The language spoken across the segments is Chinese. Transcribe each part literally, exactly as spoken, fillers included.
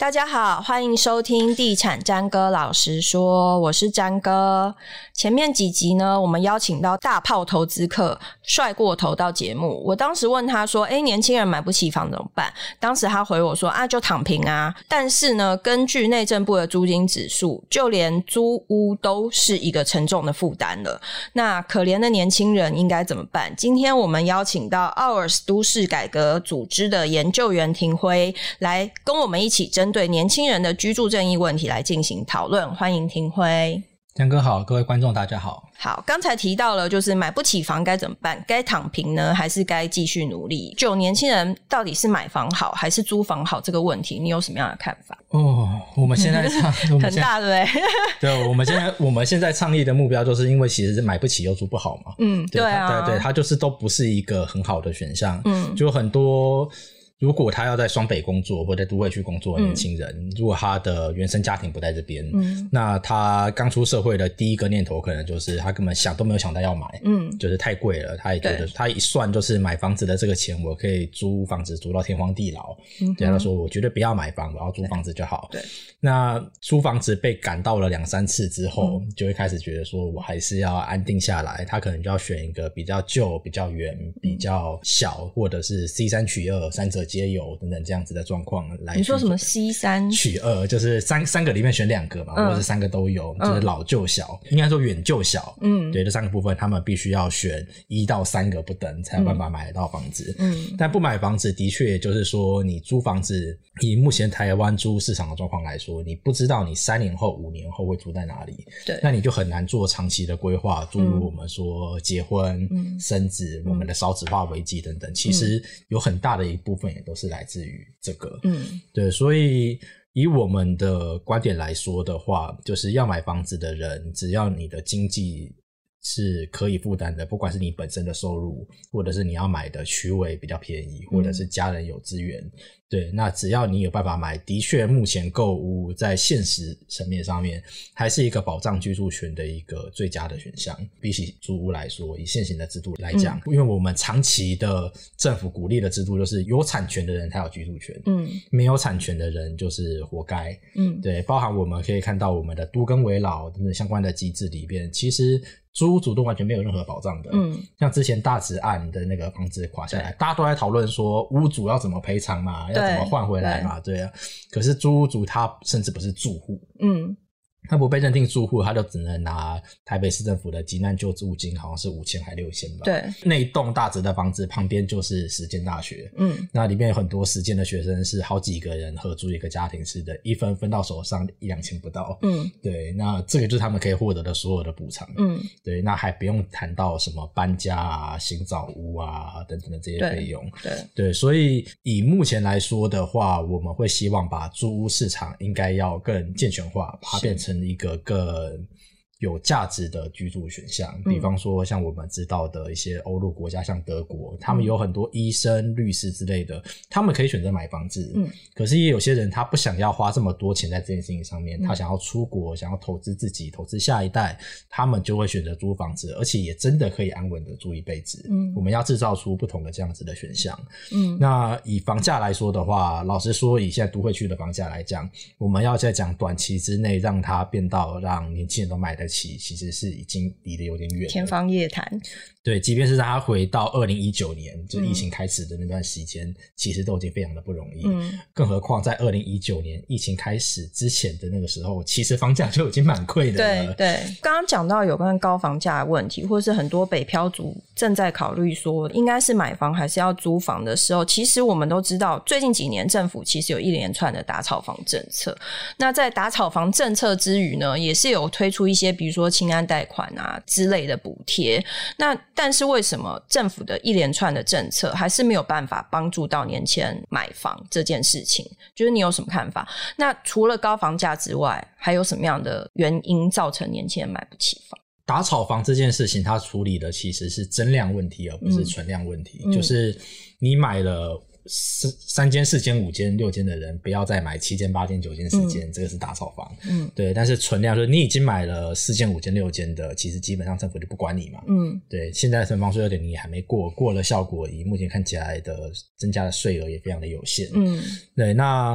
大家好，欢迎收听地产詹哥老实说，我是詹哥。前面几集呢，我们邀请到大炮投资客帅过头到节目，我当时问他说，诶，年轻人买不起房怎么办？当时他回我说，啊，就躺平啊。但是呢，根据内政部的租金指数，就连租屋都是一个沉重的负担了。那可怜的年轻人应该怎么办？今天我们邀请到 Ours 都市改革组织的研究员庭辉来跟我们一起针对年轻人的居住正义问题来进行讨论。欢迎庭辉。 江哥好，各位观众大家好。 好，刚才提到了就是买不起房该怎么办？该躺平呢，还是该继续努力？就年轻人到底是买房好还是租房好这个问题，你有什么样的看法？ 哦，我们现在倡很大对不对？ 对，我们现在我们现在倡议的目标就是因为其实是买不起又租不好嘛。 嗯，对啊， 对对，它就是都不是一个很好的选项。 嗯， 就很多。如果他要在双北工作或在都会区工作的年轻人、嗯、如果他的原生家庭不在这边、嗯、那他刚出社会的第一个念头可能就是他根本想都没有想到要买，嗯，就是太贵了，他也觉得他一算就是买房子的这个钱我可以租房子租到天荒地老，嗯，对，他说我绝对不要买房，我要租房子就好。对，那租房子被赶到了两三次之后、嗯、就会开始觉得说我还是要安定下来，他可能就要选一个比较旧比较远比较小、嗯、或者是 C 三 取二三者皆有等等这样子的状况来。 你说什么 C 三 取二，就是三三个里面选两个嘛、嗯、或者三个都有，就是老旧小、嗯、应该说远旧小，嗯，对，这三个部分他们必须要选一到三个不等才有办法买得到房子。嗯，但不买房子的确也就是说你租房子，以目前台湾租市场的状况来说，你不知道你三年后五年后会住在哪里，对，那你就很难做长期的规划，诸如我们说结婚、嗯、生子、嗯、我们的少子化危机等等，其实有很大的一部分也都是来自于这个，嗯，对，所以以我们的观点来说的话，就是要买房子的人，只要你的经济是可以负担的，不管是你本身的收入，或者是你要买的区位比较便宜，或者是家人有资源、嗯、对，那只要你有办法买，的确目前购屋在现实层面上面还是一个保障居住权的一个最佳的选项，比起租屋来说，以现行的制度来讲、嗯、因为我们长期的政府鼓励的制度就是有产权的人才有居住权，嗯，没有产权的人就是活该，嗯，对，包含我们可以看到我们的都更危老等等相关的机制里边，其实租屋主都完全没有任何保障的，嗯，像之前大直案的那个房子垮下来，大家都在讨论说屋主要怎么赔偿嘛，要怎么换回来嘛， 对, 对啊，可是租屋主他甚至不是住户，嗯，他不被认定住户，他就只能拿台北市政府的急难救助金，好像是五千还六千吧。对，那一栋大直的房子旁边就是实践大学，嗯，那里面有很多实践的学生是好几个人合租一个家庭式的，一分分到手上一两千不到，嗯，对，那这个就是他们可以获得的所有的补偿，嗯，对，那还不用谈到什么搬家啊、新造屋啊等等的这些费用，对 对, 对，所以以目前来说的话，我们会希望把租屋市场应该要更健全化，把它变成一个更有价值的居住选项，比方说像我们知道的一些欧陆国家，像德国，他们有很多医生、律师之类的，他们可以选择买房子，嗯，可是也有些人他不想要花这么多钱在这件事情上面，他想要出国，想要投资自己，投资下一代，他们就会选择租房子，而且也真的可以安稳的住一辈子，嗯，我们要制造出不同的这样子的选项，嗯，那以房价来说的话，老实说以现在都会区的房价来讲，我们要在讲短期之内让它变到让年轻人都买得起，其实是已经离得有点远了， 天方夜谭。 对，即便是让他回到二零一九年就疫情开始的那段时间、嗯、其实都已经非常的不容易、嗯、更何况在二零一九年疫情开始之前的那个时候，其实房价就已经蛮贵的了。 对对，刚刚讲到有关高房价的问题，或是很多北漂族正在考虑说应该是买房还是要租房的时候，其实我们都知道最近几年政府其实有一连串的打炒房政策，那在打炒房政策之余呢，也是有推出一些比如说青安贷款啊之类的补贴，那但是为什么政府的一连串的政策还是没有办法帮助到年轻人买房这件事情，就是你有什么看法？那除了高房价之外，还有什么样的原因造成年轻人买不起房？ 打炒房这件事情它处理的其实是增量问题而不是存量问题、嗯、就是你买了三间四间五间六间的人不要再买七间八间九间十间、嗯、这个是打炒房，嗯，对，但是存量就是你已经买了四间五间六间的，其实基本上政府就不管你嘛，嗯，对，现在囤房税 二点零 还没过，过了效果以目前看起来的增加的税额也非常的有限，嗯，对，那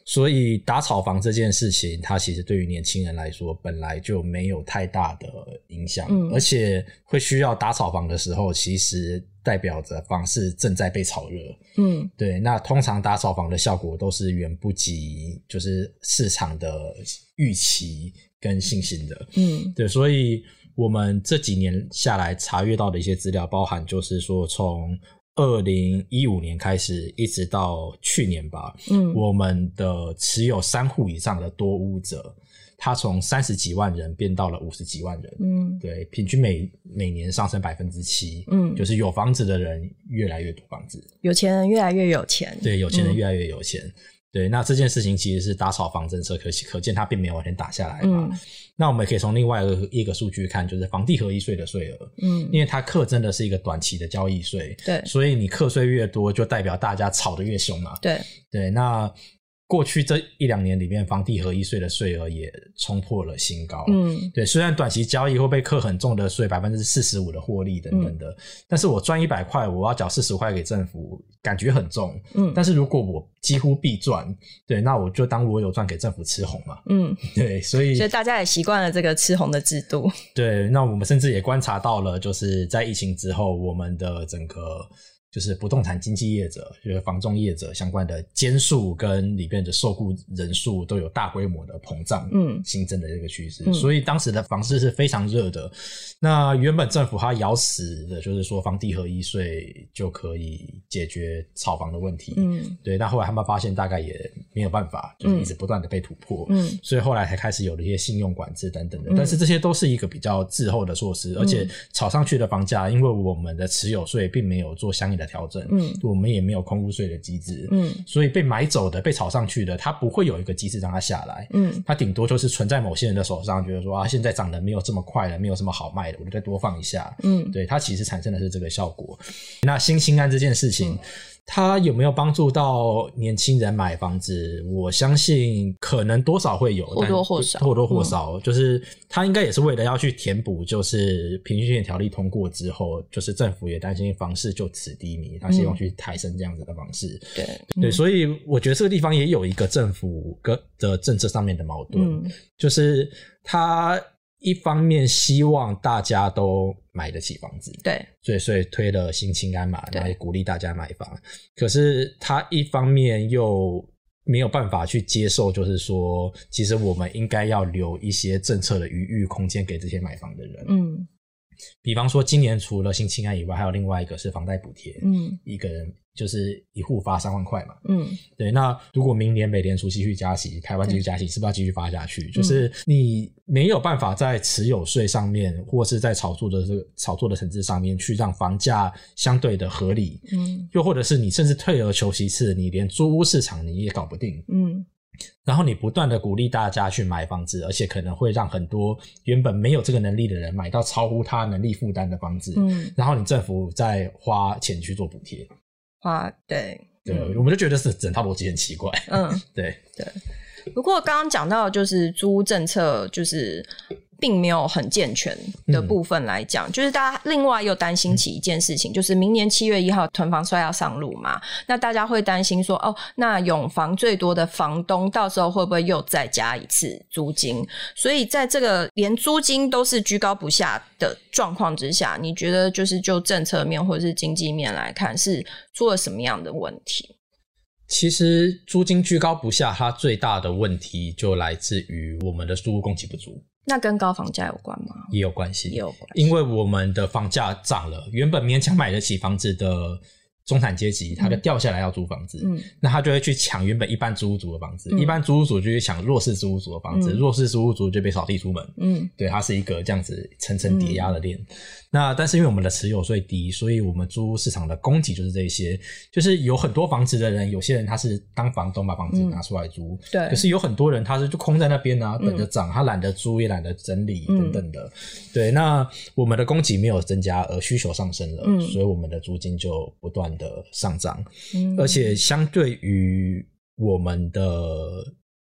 所以打炒房这件事情它其实对于年轻人来说本来就没有太大的影响、嗯、而且会需要打炒房的时候其实代表着房市正在被炒热。嗯，对，那通常打炒房的效果都是远不及就是市场的预期跟信心的。嗯，对，所以我们这几年下来查阅到的一些资料包含就是说从二零一五年开始一直到去年吧，嗯，我们的持有三户以上的多屋者他从三十几万人变到了五十几万人，嗯，对，平均每每年上升百分之七，嗯，就是有房子的人越来越多房子， 有钱人越来越有钱， 对，有钱人越来越有钱，嗯、对，那这件事情其实是打炒房政策，可可见它并没有完全打下来嘛。嗯、那我们也可以从另外一个一个数据看，就是房地合一税的税额，嗯，因为它课征的是一个短期的交易税， 对， 所以你课税越多，就代表大家炒得越凶嘛， 对对，那。过去这一两年里面房地合一税的税额也冲破了新高，嗯，对，虽然短期交易会被课很重的税 百分之四十五 的获利等等的、嗯、但是我赚一百块我要缴四十块给政府感觉很重，嗯，但是如果我几乎必赚，对，那我就当我有赚给政府吃红嘛，嗯，对，所以所以大家也习惯了这个吃红的制度， 对，那我们甚至也观察到了就是在疫情之后我们的整个就是不动产经纪业者就是房仲业者相关的间数跟里面的受雇人数都有大规模的膨胀，嗯，新增的这个趋势、嗯、所以当时的房市是非常热的。那原本政府它咬死的就是说房地合一税就可以解决炒房的问题，嗯，对，但后来他们发现大概也没有办法，就是一直不断的被突破，嗯，所以后来才开始有了一些信用管制等等的、嗯、但是这些都是一个比较滞后的措施，而且炒上去的房价因为我们的持有税并没有做相应的调整，嗯，我们也没有空屋税的机制，嗯，所以被买走的被炒上去的它不会有一个机制让它下来，嗯，它顶多就是存在某些人的手上，觉得说啊现在涨得没有这么快了，没有什么好卖的，我就再多放一下，嗯，对，它其实产生的是这个效果。那新青安这件事情、嗯它有没有帮助到年轻人买房子？我相信可能多少会有， 或多或少， 或多或少、嗯、就是它应该也是为了要去填补，就是平均线条例通过之后，就是政府也担心房市就此低迷，他希望去抬升这样子的房市。 对、 嗯、对，所以我觉得这个地方也有一个政府的政策上面的矛盾，嗯、就是他一方面希望大家都买得起房子， 对， 所以所以推了新青安嘛，然后也鼓励大家买房。可是他一方面又没有办法去接受，就是说其实我们应该要留一些政策的余裕空间给这些买房的人。嗯，比方说今年除了新青安以外，还有另外一个是房贷补贴，嗯，一个人就是一户发三万块嘛，嗯，对。那如果明年美联储继续加息，台湾继续加息，是不是要继续发下去？就是你没有办法在持有税上面，或是在炒作的这个炒作的层次上面，去让房价相对的合理，嗯，又或者是你甚至退而求其次，你连租屋市场你也搞不定，嗯。然后你不断的鼓励大家去买房子，而且可能会让很多原本没有这个能力的人买到超乎他能力负担的房子，嗯，然后你政府再花钱去做补贴， 花对对、嗯，我们就觉得是整套逻辑很奇怪，嗯，对对。不过刚刚讲到就是租屋政策就是并没有很健全的部分来讲、嗯、就是大家另外又担心起一件事情、嗯、就是明年七月一号囤房税要上路嘛，那大家会担心说哦，那永房最多的房东到时候会不会又再加一次租金，所以在这个连租金都是居高不下的状况之下，你觉得就是就政策面或者是经济面来看是出了什么样的问题？ 其实租金居高不下，它最大的问题就来自于我们的租屋供给不足。 那跟高房价有关吗？ 也有关系， 也有关系， 因为我们的房价涨了，原本勉强买得起房子的中产阶级他就掉下来要租房子、嗯、那他就会去抢原本一般租屋族的房子、嗯、一般租屋族就去抢弱势租屋族的房子、嗯、弱势租屋族就被扫地出门，嗯，对，它是一个这样子层层叠压的链、嗯、那但是因为我们的持有税低，所以我们租屋市场的供给就是这些，就是有很多房子的人，有些人他是当房东把房子拿出来租、嗯、对，可是有很多人他是就空在那边啊，等着涨、嗯、他懒得租也懒得整理等等的、嗯、对，那我们的供给没有增加而需求上升了、嗯、所以我们的租金就不断的上涨、嗯、而且相对于我们的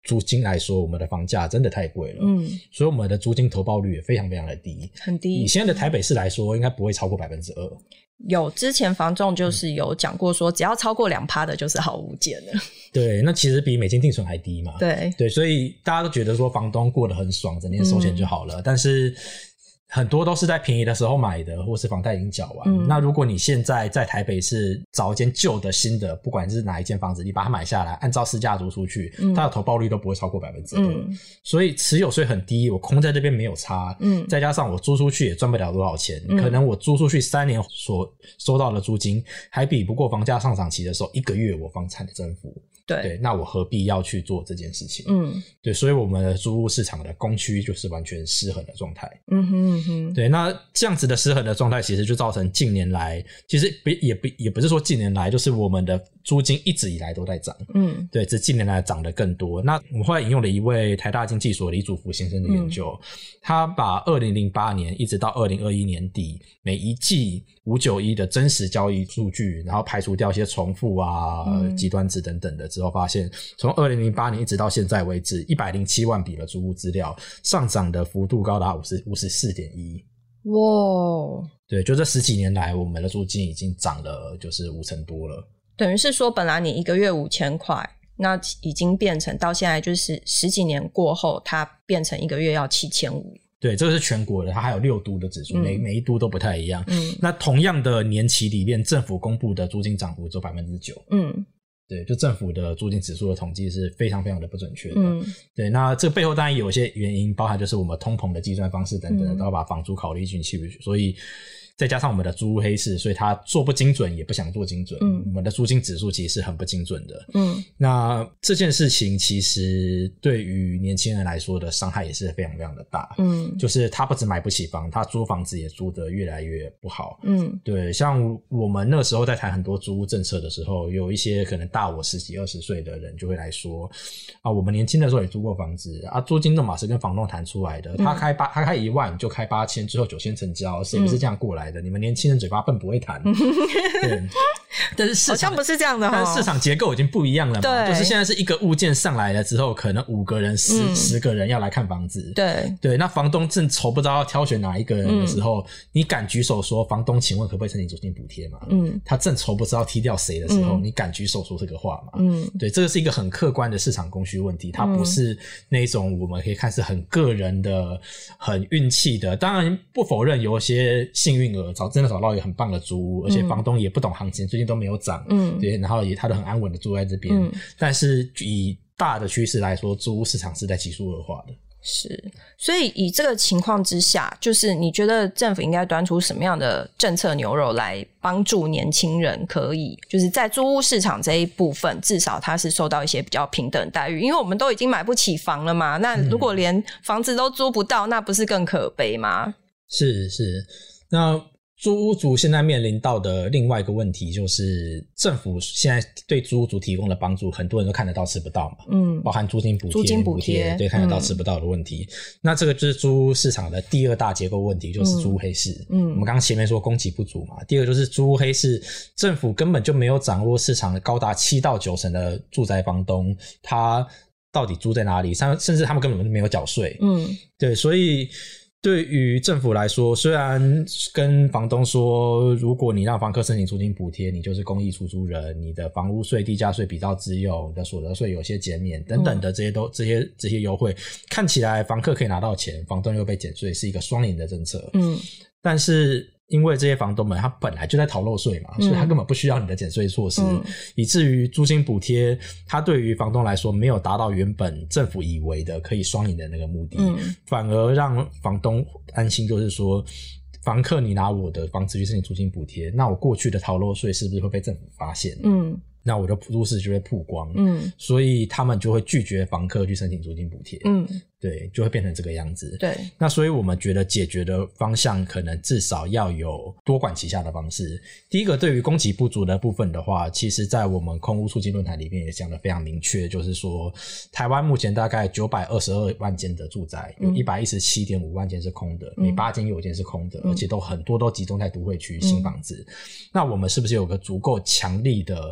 租金来说，我们的房价真的太贵了， 嗯， 所以我们的租金投报率也非常非常的低， 很低。 以现在的台北市来说，应该不会超过百分之二。 有之前房仲就是有讲过说，只要超过 百分之二 的就是好物件了。 对，那其实比美金定存还低嘛。 对对，所以大家都觉得说房东过得很爽，整天收钱就好了，嗯、但是很多都是在便宜的时候买的，或是房贷已经缴完、嗯、那如果你现在在台北市找一间旧的新的，不管是哪一间房子，你把它买下来按照市价租出去、嗯、它的投报率都不会超过 百分之二、嗯、所以持有税很低，我空在这边没有差、嗯、再加上我租出去也赚不了多少钱、嗯、可能我租出去三年所收到的租金还比不过房价上涨期的时候一个月我房产的增幅。 对, 对，那我何必要去做这件事情？ 嗯， 对，所以我们的租屋市场的供需就是完全失衡的状态。 嗯哼嗯哼， 对，那这样子的失衡的状态，其实就造成近年来，其实不也不也不是说近年来，就是我们的租金一直以来都在涨。嗯，对，只近年来涨得更多。那我们后来引用了一位台大经济所李祖福先生的研究，嗯、他把二零零八年一直到二零二一年底每一季五九一的真实交易数据，然后排除掉一些重复啊、嗯、极端值等等的之后，发现从二零零八年一直到现在为止，一百零七万笔的租屋资料上涨的幅度高达五十四点一。 哇！ 对，就这十几年来，我们的租金已经涨了就是五成多了。 等于是说，本来你一个月五千块，那已经变成到现在就是十几年过后，它变成一个月要七千五。 对，这个是全国的，它还有六都的指数，嗯、每每一都都不太一样。 嗯， 那同样的年期里面，政府公布的租金涨幅只有百分之九。 嗯， 对，就政府的租金指数的统计是非常非常的不准确的。 嗯， 对，那这个背后当然有一些原因，包含就是我们通膨的计算方式等等的，都要把房租考虑进去，所以。再加上我们的租屋黑市，所以它做不精准，也不想做精准。嗯，我们的租金指数其实是很不精准的。 嗯， 那这件事情其实对于年轻人来说的伤害也是非常非常的大。 嗯， 就是他不止买不起房，他租房子也租得越来越不好。 嗯， 对，像我们那时候在谈很多租屋政策的时候，有一些可能大我十几二十岁的人就会来说啊，我们年轻的时候也租过房子啊，租金都嘛是跟房东谈出来的，他开八他开一万就开八千，最后九千成交，谁不是这样过来的？嗯，你们年轻人嘴巴笨不会谈。对，但是市场好像不是这样的， 但是市场结构已经不一样了嘛。 对， 就是现在是一个物件上来了之后，可能五个人十、嗯、十个人要来看房子。 对对，那房东正愁不知道要挑选哪一个人的时候，嗯、你敢举手说房东请问可不可以申请租金补贴嘛？ 嗯， 他正愁不知道踢掉谁的时候，嗯、你敢举手说这个话嘛？ 嗯， 对，这个是一个很客观的市场供需问题，它不是那一种我们可以看是很个人的、很运气的。当然不否认有一些幸运儿找真的找到一个很棒的租屋，而且房东也不懂行情，最近都没有涨，嗯，对，然后也他都很安稳的住在这边，嗯，但是以大的趋势来说，租屋市场是在急速恶化的。 是，所以以这个情况之下，就是你觉得政府应该端出什么样的政策牛肉来帮助年轻人可以就是在租屋市场这一部分至少它是受到一些比较平等待遇，因为我们都已经买不起房了嘛，那如果连房子都租不到，那不是更可悲吗？ 是是，那租屋族现在面临到的另外一个问题就是政府现在对租屋族提供的帮助很多人都看得到吃不到嘛， 嗯， 包含租金补贴、 租金补贴， 对，看得到吃不到的问题，嗯，那这个就是租屋市场的第二大结构问题，就是租屋黑市。嗯，我们刚刚前面说供给不足嘛，第二个就是租屋黑市，政府根本就没有掌握市场高达七到九成的住宅房东他到底租在哪里，甚至他们根本就没有缴税。 嗯， 对，所以对于政府来说，虽然跟房东说如果你让房客申请租金补贴，你就是公益出租人，你的房屋税、地价税比照自用，你的所得税有些减免等等的这些都、嗯、这些这些优惠，看起来房客可以拿到钱，房东又被减税，是一个双赢的政策。 嗯， 但是因为这些房东们他本来就在逃漏税嘛，所以他根本不需要你的减税措施，嗯，以至于租金补贴他对于房东来说没有达到原本政府以为的可以双赢的那个目的，嗯，反而让房东安心，就是说房客你拿我的房子去申请租金补贴，那我过去的逃漏税是不是会被政府发现？ 嗯， 那我的都市就会曝光， 嗯， 所以他们就会拒绝房客去申请租金补贴， 嗯， 对，就会变成这个样子。 对， 那所以我们觉得解决的方向可能至少要有多管齐下的方式。第一个，对于供给不足的部分的话，其实在我们空屋促进论坛里面也讲得非常明确，就是说台湾目前大概九百二十二万间的住宅，有 一百一十七点五万间是空的，嗯，每八间有一间是空的，嗯，而且都很多都集中在都会区新房子，嗯，那我们是不是有个足够强力的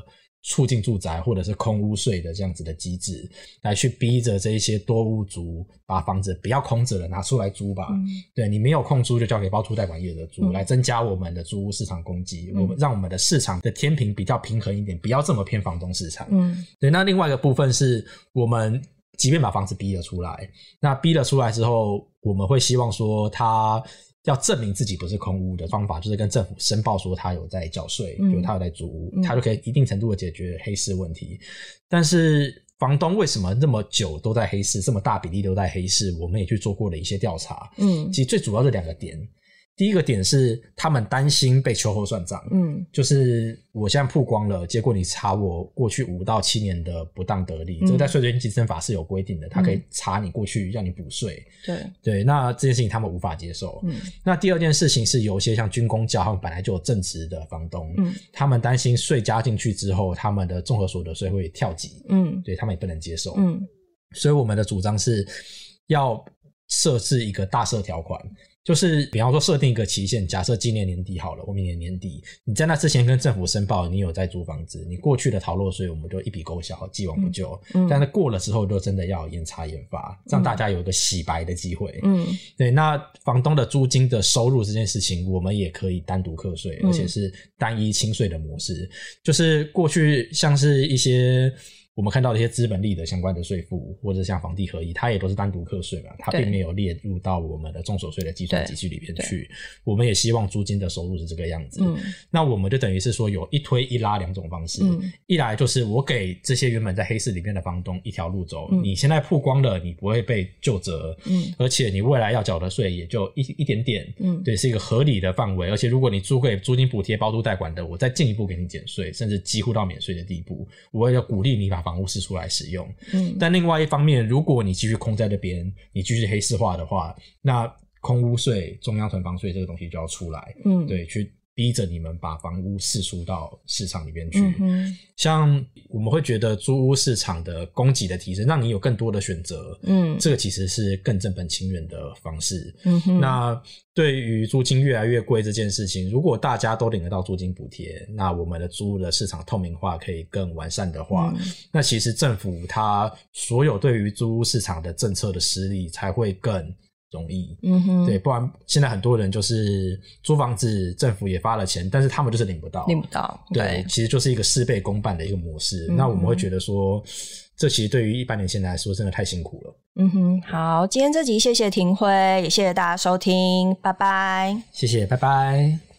促进住宅或者是空屋税的这样子的机制，来去逼着这一些多屋族把房子不要空着了拿出来租吧、嗯、对，你没有空租就交给包租代管业者租、嗯、来增加我们的租屋市场供给、嗯、我们让我们的市场的天平比较平衡一点，不要这么偏房东市场。嗯，对，那另外一个部分是我们即便把房子逼了出来，那逼了出来之后，我们会希望说他要证明自己不是空屋的方法，就是跟政府申报说他有在缴税，嗯，他有在租屋，他就可以一定程度的解决黑市问题。但是房东为什么那么久都在黑市，这么大比例都在黑市，我们也去做过了一些调查。嗯，其实最主要的两个点，第一个点是他们担心被秋后算账，嗯，就是我现在曝光了，结果你查我过去五到七年的不当得利，嗯，这个在税捐稽征法是有规定的，他可以查你过去让你补税，对对，那这件事情他们无法接受。嗯，那第二件事情是有一些像军公教他们本来就有正职的房东，嗯，他们担心税加进去之后，他们的综合所得税会跳级，嗯，对，他们也不能接受，嗯，所以我们的主张是要设置一个大赦条款。就是比方说设定一个期限，假设今年年底好了，或明年年底，你在那之前跟政府申报你有在租房子，你过去的逃漏税我们就一笔勾销，既往不咎，嗯，但是过了之后就真的要严查严罚，让大家有一个洗白的机会。嗯，对，那房东的租金的收入这件事情我们也可以单独课税，而且是单一清税的模式，就是过去像是一些我们看到的一些资本利得相关的税负，或者像房地合一，它也都是单独课税嘛，它并没有列入到我们的综所税的计算机制里面去。我们也希望租金的收入是这个样子。嗯，那我们就等于是说有一推一拉两种方式，嗯，一来就是我给这些原本在黑市里面的房东一条路走，嗯，你现在曝光了，你不会被究责，嗯，而且你未来要缴的税也就一一点点，嗯，对，是一个合理的范围，而且如果你租给租金补贴包租代管的，我再进一步给你减税，甚至几乎到免税的地步，我也要鼓励你把房屋释出来使用。嗯，但另外一方面，如果你继续空在那边，你继续黑市化的话，那空屋税、中央囤房税这个东西就要出来，嗯，对，去逼着你们把房屋释出到市场里面去。嗯，像我们会觉得租屋市场的供给的提升，让你有更多的选择，嗯，这个其实是更正本清源的方式。嗯哼，那对于租金越来越贵这件事情，如果大家都领得到租金补贴，那我们的租屋的市场透明化可以更完善的话，嗯，那其实政府它所有对于租屋市场的政策的施力才会更容易。嗯哼，对，不然现在很多人就是租房子，政府也发了钱，但是他们就是领不到， 领不到。 对， 对， 其实就是一个事倍功半的一个模式。嗯，那我们会觉得说，这其实对于一般年轻人来说真的太辛苦了。 嗯哼，好，今天这集谢谢庭辉，也谢谢大家收听，拜拜。 谢谢，拜拜。